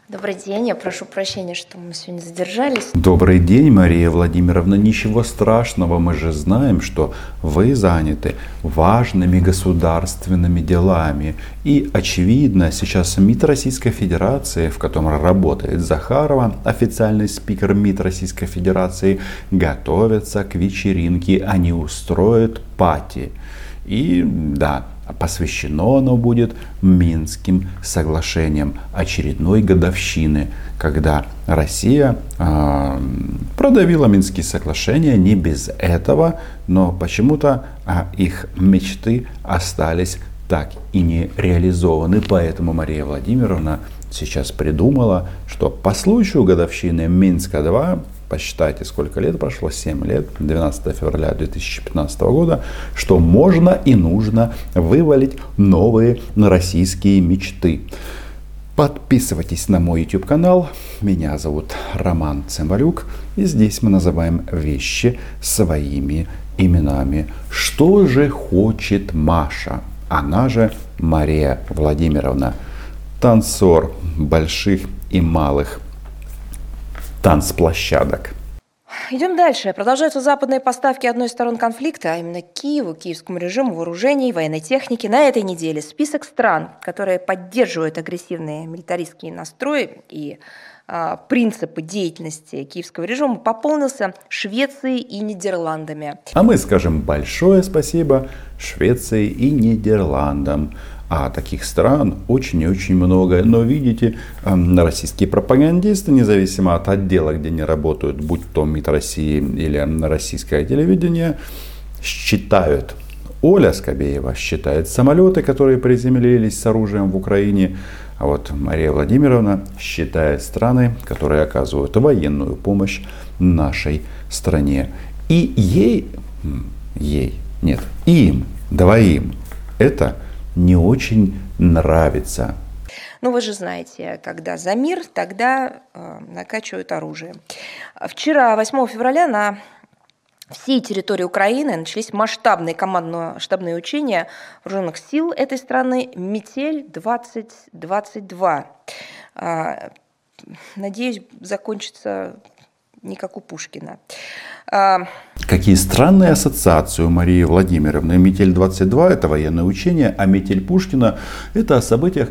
Добрый день, я прошу прощения, что мы сегодня задержались. Добрый день, Мария Владимировна. Ничего страшного, мы же знаем, что вы заняты важными государственными делами. И, очевидно, сейчас МИД Российской Федерации, в котором работает Захарова, официальный спикер МИД Российской Федерации, готовятся к вечеринке, они устроят пати. И да, посвящено оно будет Минским соглашениям очередной годовщины, когда Россия продавила Минские соглашения. Не без этого, но почему-то их мечты остались так и не реализованы. Поэтому Мария Владимировна сейчас придумала, что по случаю годовщины Минска-2, посчитайте, сколько лет прошло, 7 лет, 12 февраля 2015 года, что можно и нужно вывалить новые российские мечты. Подписывайтесь на мой YouTube канал. Меня зовут Роман Цымбалюк. И здесь мы называем вещи своими именами. Что же хочет Маша? Она же Мария Владимировна. Танцор больших и малых танцплощадок. Идем дальше. Продолжаются западные поставки одной из сторон конфликта, а именно Киеву, киевскому режиму, вооружений, военной техники. На этой неделе список стран, которые поддерживают агрессивные милитаристские настрои и принципы деятельности киевского режима, пополнился Швецией и Нидерландами. А мы скажем большое спасибо Швеции и Нидерландам. А таких стран очень и очень много. Но видите, российские пропагандисты, независимо от отдела, где они работают, будь то МИД России или российское телевидение, считают. Оля Скобеева считает самолеты, которые приземлились с оружием в Украине. А вот Мария Владимировна считает страны, которые оказывают военную помощь нашей стране. И им двоим это не очень нравится. Ну, вы же знаете, когда за мир, тогда накачивают оружие. Вчера, 8 февраля, на всей территории Украины начались масштабные командно-штабные учения вооруженных сил этой страны «Метель-2022». Надеюсь, закончится не как у Пушкина. Какие странные ассоциации у Марии Владимировны. Метель-22 это военное учение, а Метель Пушкина это о событиях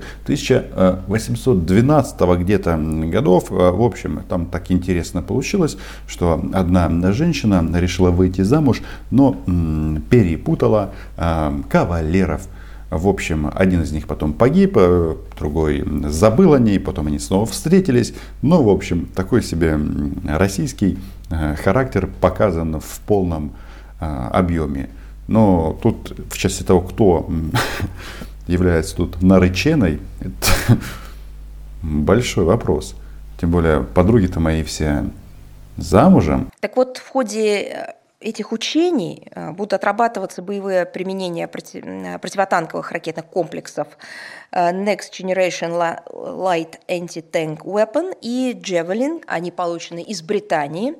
1812 где-то годов. В общем, там так интересно получилось, что одна женщина решила выйти замуж, но перепутала кавалеров. В общем, один из них потом погиб, другой забыл о ней, потом они снова встретились. Ну, в общем, такой себе российский характер показан в полном объеме. Но тут, в части того, кто является тут нареченной, это большой вопрос. Тем более, подруги-то мои все замужем. Так вот, в ходе этих учений будут отрабатываться боевые применения противотанковых ракетных комплексов Next Generation Light Anti-Tank Weapon и Javelin. Они получены из Британии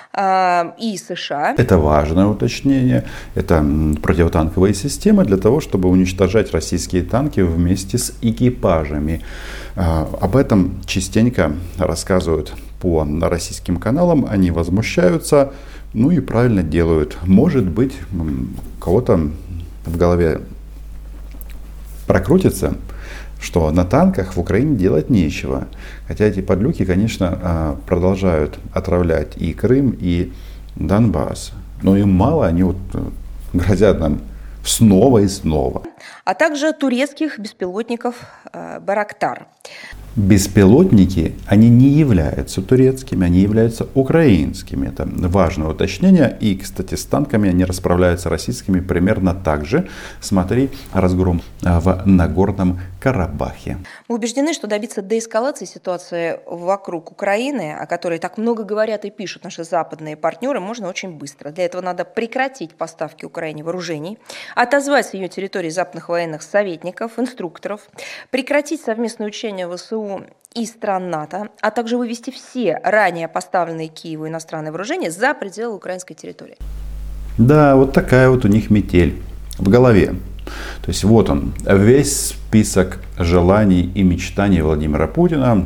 и США. Это важное уточнение. Это противотанковые системы для того, чтобы уничтожать российские танки вместе с экипажами. Об этом частенько рассказывают по российским каналам. Они возмущаются. Ну и правильно делают. Может быть, у кого-то в голове прокрутится, что на танках в Украине делать нечего. Хотя эти подлюки, конечно, продолжают отравлять и Крым, и Донбасс. Но им мало, они вот грозят нам снова и снова. А также турецких беспилотников «Байрактар». Беспилотники, они не являются турецкими, они являются украинскими. Это важное уточнение. И, кстати, с танками они расправляются российскими примерно так же. Смотри, разгром в Нагорном Карабахе. Мы убеждены, что добиться деэскалации ситуации вокруг Украины, о которой так много говорят и пишут наши западные партнеры, можно очень быстро. Для этого надо прекратить поставки Украине вооружений, отозвать с ее территории западных военных советников, инструкторов, прекратить совместные учения ВСУ и стран НАТО, а также вывести все ранее поставленные Киеву иностранные вооружения за пределы украинской территории. Да, вот такая вот у них метель в голове. То есть вот он, весь список желаний и мечтаний Владимира Путина.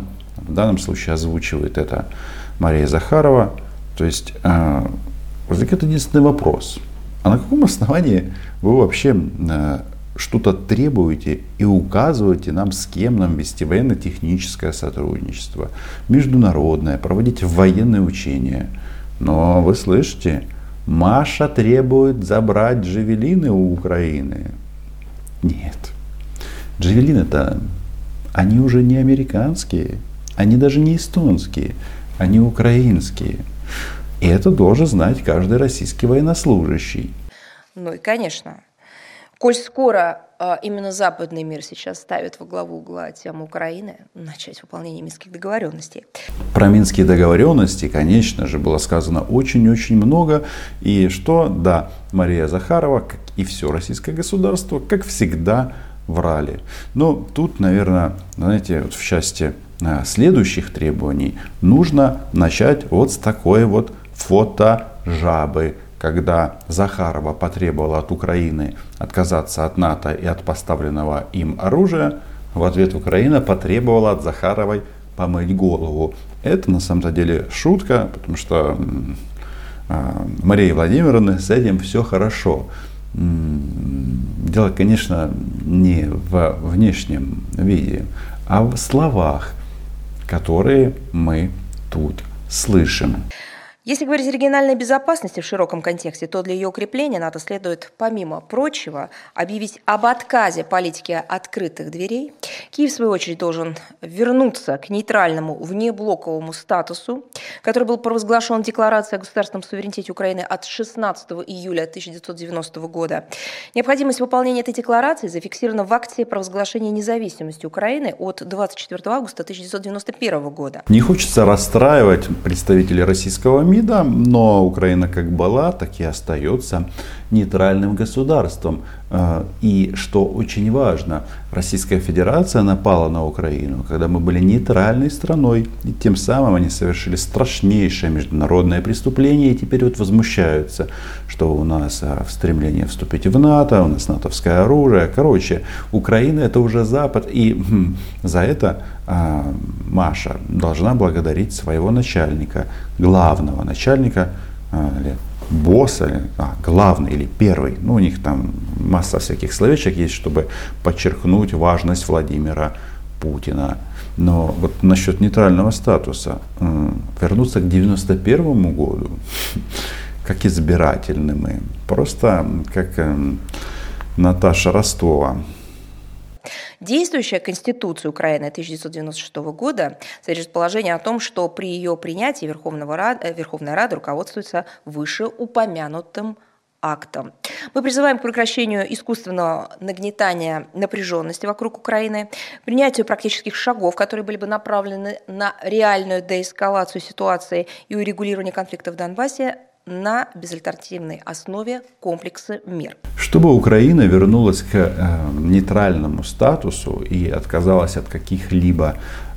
В данном случае озвучивает это Мария Захарова. То есть возникает единственный вопрос. А на каком основании вы вообще что-то требуете и указываете нам, с кем нам вести военно-техническое сотрудничество, международное, проводить военные учения? Но вы слышите, Маша требует забрать джавелины у Украины. Нет. Джавелины-то, они уже не американские, они даже не эстонские, они украинские. И это должен знать каждый российский военнослужащий. Ну и, конечно, коль скоро именно западный мир сейчас ставит во главу угла тему Украины, начать выполнение Минских договоренностей. Про Минские договоренности, конечно же, было сказано очень-очень много. И что, да, Мария Захарова, как и все российское государство, как всегда, врали. Но тут, наверное, знаете, вот в части следующих требований нужно начать вот с такой вот фото-жабы, когда Захарова потребовала от Украины отказаться от НАТО и от поставленного им оружия, в ответ Украина потребовала от Захаровой помыть голову. Это на самом деле шутка, потому что Марии Владимировны с этим все хорошо. Дело, конечно, не в внешнем виде, а в словах, которые мы тут слышим. Если говорить о региональной безопасности в широком контексте, то для ее укрепления НАТО следует, помимо прочего, объявить об отказе политики открытых дверей. Киев, в свою очередь, должен вернуться к нейтральному внеблоковому статусу, который был провозглашен в Декларации о государственном суверенитете Украины от 16 июля 1990 года. Необходимость выполнения этой декларации зафиксирована в акте провозглашения независимости Украины от 24 августа 1991 года. Не хочется расстраивать представителей российского МИДа, но Украина как была, так и остается нейтральным государством. И что очень важно, Российская Федерация напала на Украину, когда мы были нейтральной страной, и тем самым они совершили страшнейшее международное преступление, и теперь вот возмущаются, что у нас в стремлении вступить в НАТО, у нас натовское оружие. Короче, Украина это уже Запад, и за это Маша должна благодарить своего начальника, главного начальника, босса, главный или первый. Ну, у них там масса всяких словечек есть, чтобы подчеркнуть важность Владимира Путина. Но вот насчет нейтрального статуса, вернуться к 91 году, как избирательны мы, просто как Наташа Ростова. Действующая Конституция Украины 1996 года содержит положение о том, что при ее принятии Верховная Рада руководствуется вышеупомянутым актом. Мы призываем к прекращению искусственного нагнетания напряженности вокруг Украины, принятию практических шагов, которые были бы направлены на реальную деэскалацию ситуации и урегулирование конфликта в Донбассе на безальтернативной основе комплекса мир. Чтобы Украина вернулась к нейтральному статусу и отказалась от каких-либо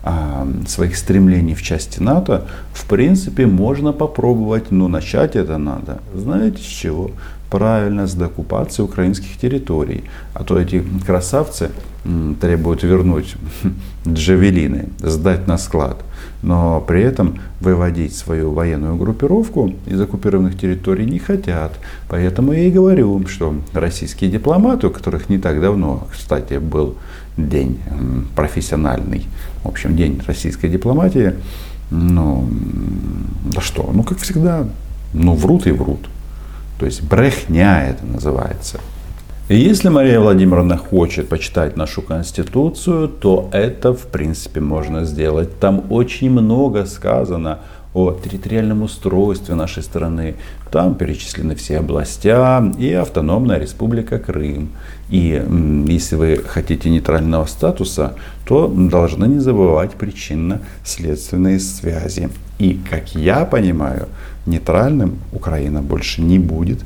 своих стремлений в части НАТО, в принципе, можно попробовать, но начать это надо. Знаете с чего? Правильно, с деоккупации украинских территорий. А то эти красавцы требуют вернуть джавелины, сдать на склад, но при этом выводить свою военную группировку из оккупированных территорий не хотят. Поэтому я и говорю, что российские дипломаты, у которых не так давно, кстати, был день профессиональный, в общем, день российской дипломатии, ну, да что, ну, как всегда, ну, врут и врут. То есть брехня это называется. И если Мария Владимировна хочет почитать нашу Конституцию, то это, в принципе, можно сделать. Там очень много сказано о территориальном устройстве нашей страны. Там перечислены все областя и автономная республика Крым. И если вы хотите нейтрального статуса, то должны не забывать причинно-следственные связи. И, как я понимаю, нейтральным Украина больше не будет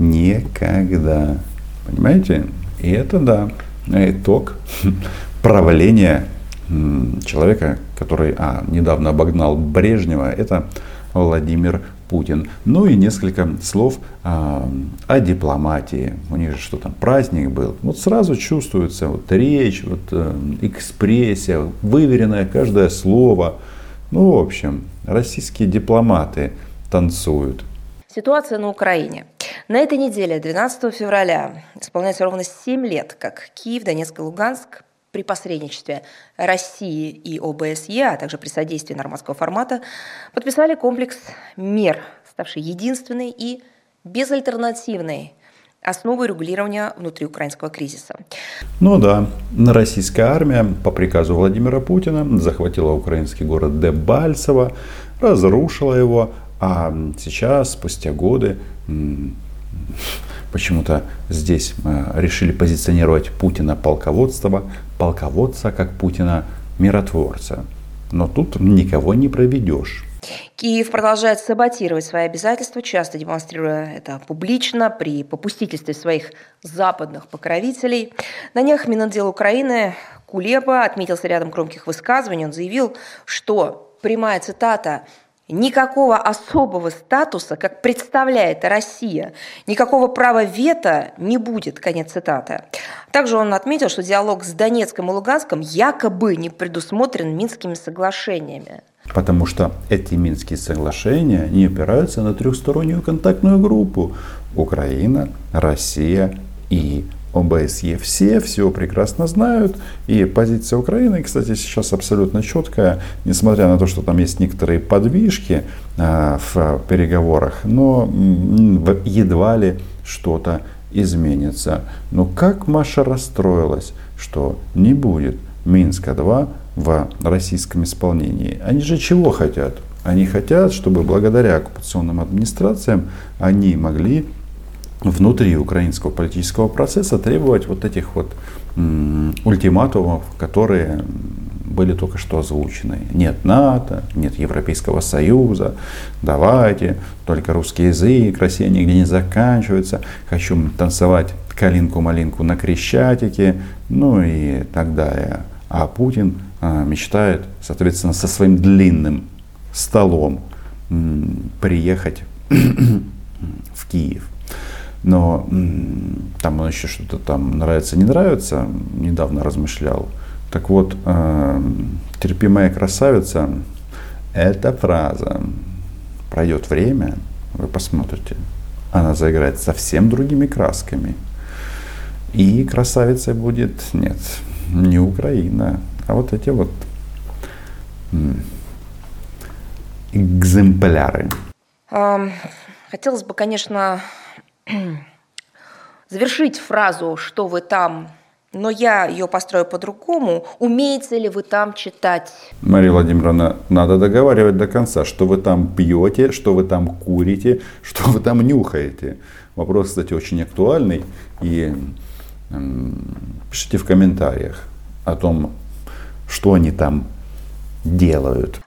никогда. Понимаете? И это, да, итог правления человека, который недавно обогнал Брежнева, это Владимир Путин. Ну и несколько слов о дипломатии. У них же что там, праздник был. Вот сразу чувствуется вот речь, вот экспрессия, выверенное каждое слово. Ну, в общем, российские дипломаты танцуют. Ситуация на Украине. На этой неделе, 12 февраля, исполняется ровно 7 лет, как Киев, Донецк и Луганск при посредничестве России и ОБСЕ, а также при содействии нормандского формата, подписали комплекс мер, ставший единственной и безальтернативной основой регулирования внутриукраинского кризиса. Ну да, российская армия по приказу Владимира Путина захватила украинский город Дебальцево, разрушила его, а сейчас, спустя годы, почему-то здесь решили позиционировать Путина полководца как Путина миротворца. Но тут никого не проведешь. Киев продолжает саботировать свои обязательства, часто демонстрируя это публично при попустительстве своих западных покровителей. На днях Минотдел Украины Кулеба отметился рядом громких высказываний. Он заявил, что, прямая цитата, «никакого особого статуса, как представляет Россия, никакого права вето не будет», конец цитаты. Также он отметил, что диалог с Донецком и Луганском якобы не предусмотрен Минскими соглашениями. Потому что эти Минские соглашения не опираются на трехстороннюю контактную группу. Украина, Россия и ОБСЕ. Все прекрасно знают. И позиция Украины, кстати, сейчас абсолютно четкая. Несмотря на то, что там есть некоторые подвижки в переговорах. Но едва ли что-то изменится. Но как Маша расстроилась, что не будет Минска-2 в российском исполнении. Они же чего хотят? Они хотят, чтобы благодаря оккупационным администрациям они могли внутри украинского политического процесса требовать вот этих вот ультиматумов, которые были только что озвучены. Нет НАТО, нет Европейского Союза, давайте, только русский язык, Россия нигде не заканчивается, хочу танцевать калинку-малинку на Крещатике, ну и так далее. А Путин мечтает, соответственно, со своим длинным столом приехать в Киев. Но там он еще что-то там нравится, не нравится, недавно размышлял. Так вот, терпимая красавица, эта фраза, пройдет время, вы посмотрите, она заиграет совсем другими красками. И красавицей будет, нет, не Украина, а вот эти вот экземпляры. Хотелось бы, конечно, завершить фразу «что вы там», но я ее построю по-другому. Умеете ли вы там читать? Мария Владимировна, надо договаривать до конца, что вы там пьете, что вы там курите, что вы там нюхаете. Вопрос, кстати, очень актуальный. И пишите в комментариях о том, что они там делают.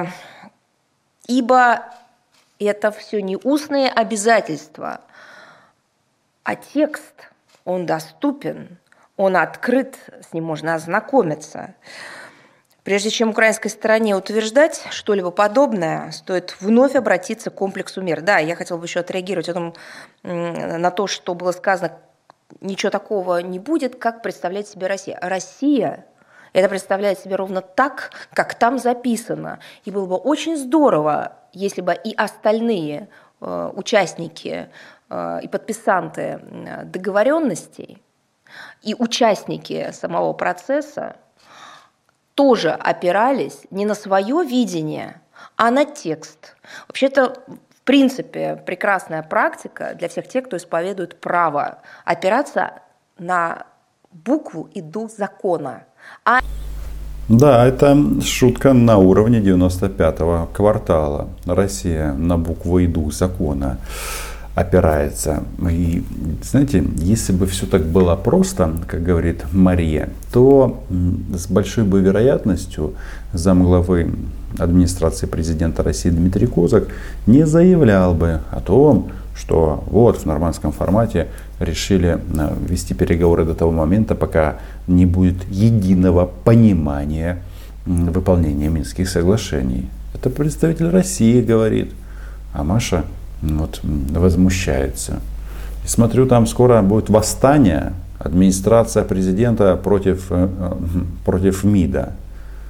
Ибо это все не устные обязательства, а текст, он доступен, он открыт, с ним можно ознакомиться. Прежде чем украинской стороне утверждать что-либо подобное, стоит вновь обратиться к комплексу мер. Да, я хотела бы еще отреагировать на то, что было сказано, ничего такого не будет, как представляет себе Россия. Россия это представляет себе ровно так, как там записано. И было бы очень здорово, если бы и остальные участники и подписанты договоренностей, и участники самого процесса тоже опирались не на свое видение, а на текст. Вообще-то, в принципе, прекрасная практика для всех тех, кто исповедует право, опираться на букву и дух закона. Да, это шутка на уровне 95-го квартала. Россия на букву и дух закона опирается. И, знаете, если бы все так было просто, как говорит Мария, то с большой бы вероятностью замглавы администрации президента России Дмитрий Козак не заявлял бы о том, что вот в нормандском формате решили вести переговоры до того момента, пока не будет единого понимания выполнения Минских соглашений. Это представитель России говорит, а Маша вот возмущается. И смотрю, там скоро будет восстание, администрация президента против МИДа.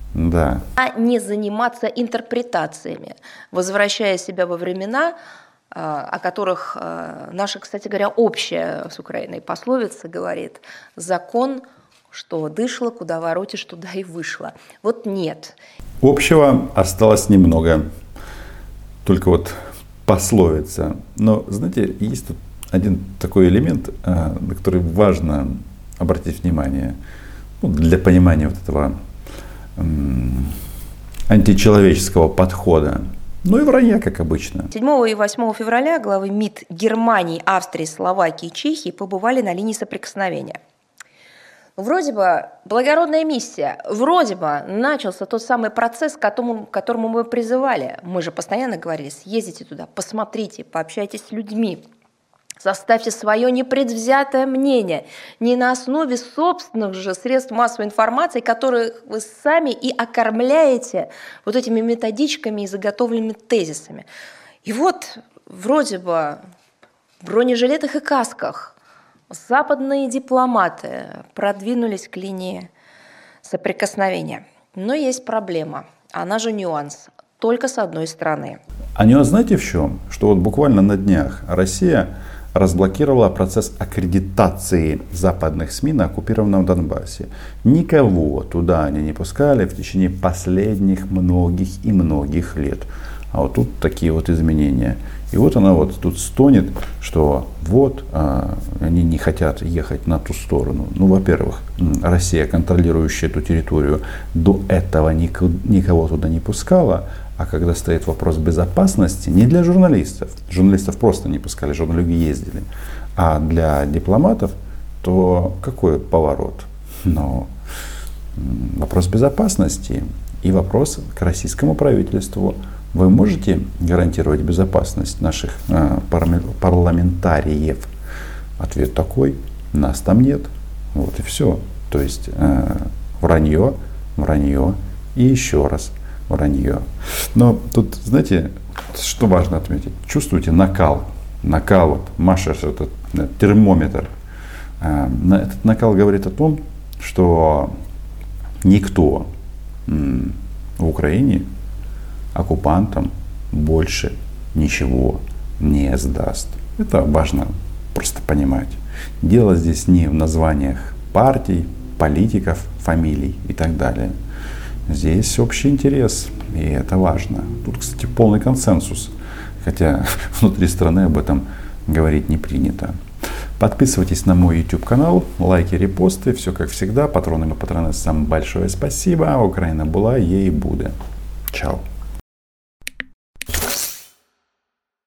Да. А не заниматься интерпретациями, возвращая себя во времена, о которых наша, кстати говоря, общая с Украиной пословица говорит: закон, что дышло, куда воротишь, туда и вышло. Вот нет. Общего осталось немного. Только вот пословица. Но, знаете, есть тут один такой элемент, на который важно обратить внимание, для понимания вот этого античеловеческого подхода. Ну и вранья, как обычно. 7 и 8 февраля главы МИД Германии, Австрии, Словакии и Чехии побывали на линии соприкосновения. Вроде бы благородная миссия, вроде бы начался тот самый процесс, к которому мы призывали. Мы же постоянно говорили: съездите туда, посмотрите, пообщайтесь с людьми, составьте свое непредвзятое мнение, не на основе собственных же средств массовой информации, которые вы сами и окормляете вот этими методичками и заготовленными тезисами. И вот вроде бы в бронежилетах и касках западные дипломаты продвинулись к линии соприкосновения. Но есть проблема, она же нюанс, только с одной стороны. А нюанс знаете в чем? Что вот буквально на днях Россия разблокировала процесс аккредитации западных СМИ на оккупированном Донбассе. Никого туда они не пускали в течение последних многих и многих лет. А вот тут такие вот изменения. И вот она вот тут стонет, что вот они не хотят ехать на ту сторону. Ну, во-первых, Россия, контролирующая эту территорию, до этого никого туда не пускала. А когда стоит вопрос безопасности, не для журналистов просто не пускали, журналюги ездили, а для дипломатов, то какой поворот? Но вопрос безопасности и вопрос к российскому правительству. Вы можете гарантировать безопасность наших парламентариев? Ответ такой: нас там нет. Вот и все. То есть вранье, вранье и еще раз вранье. Но тут, знаете, что важно отметить? Чувствуете накал? Накал, вот Маша, этот термометр. Этот накал говорит о том, что никто в Украине оккупантам больше ничего не сдаст. Это важно просто понимать. Дело здесь не в названиях партий, политиков, фамилий и так далее. Здесь общий интерес, и это важно. Тут, кстати, полный консенсус, хотя внутри страны об этом говорить не принято. Подписывайтесь на мой YouTube канал, лайки, репосты, все как всегда. Патронам и патронессам большое спасибо. Украина была, ей и будет. Чао.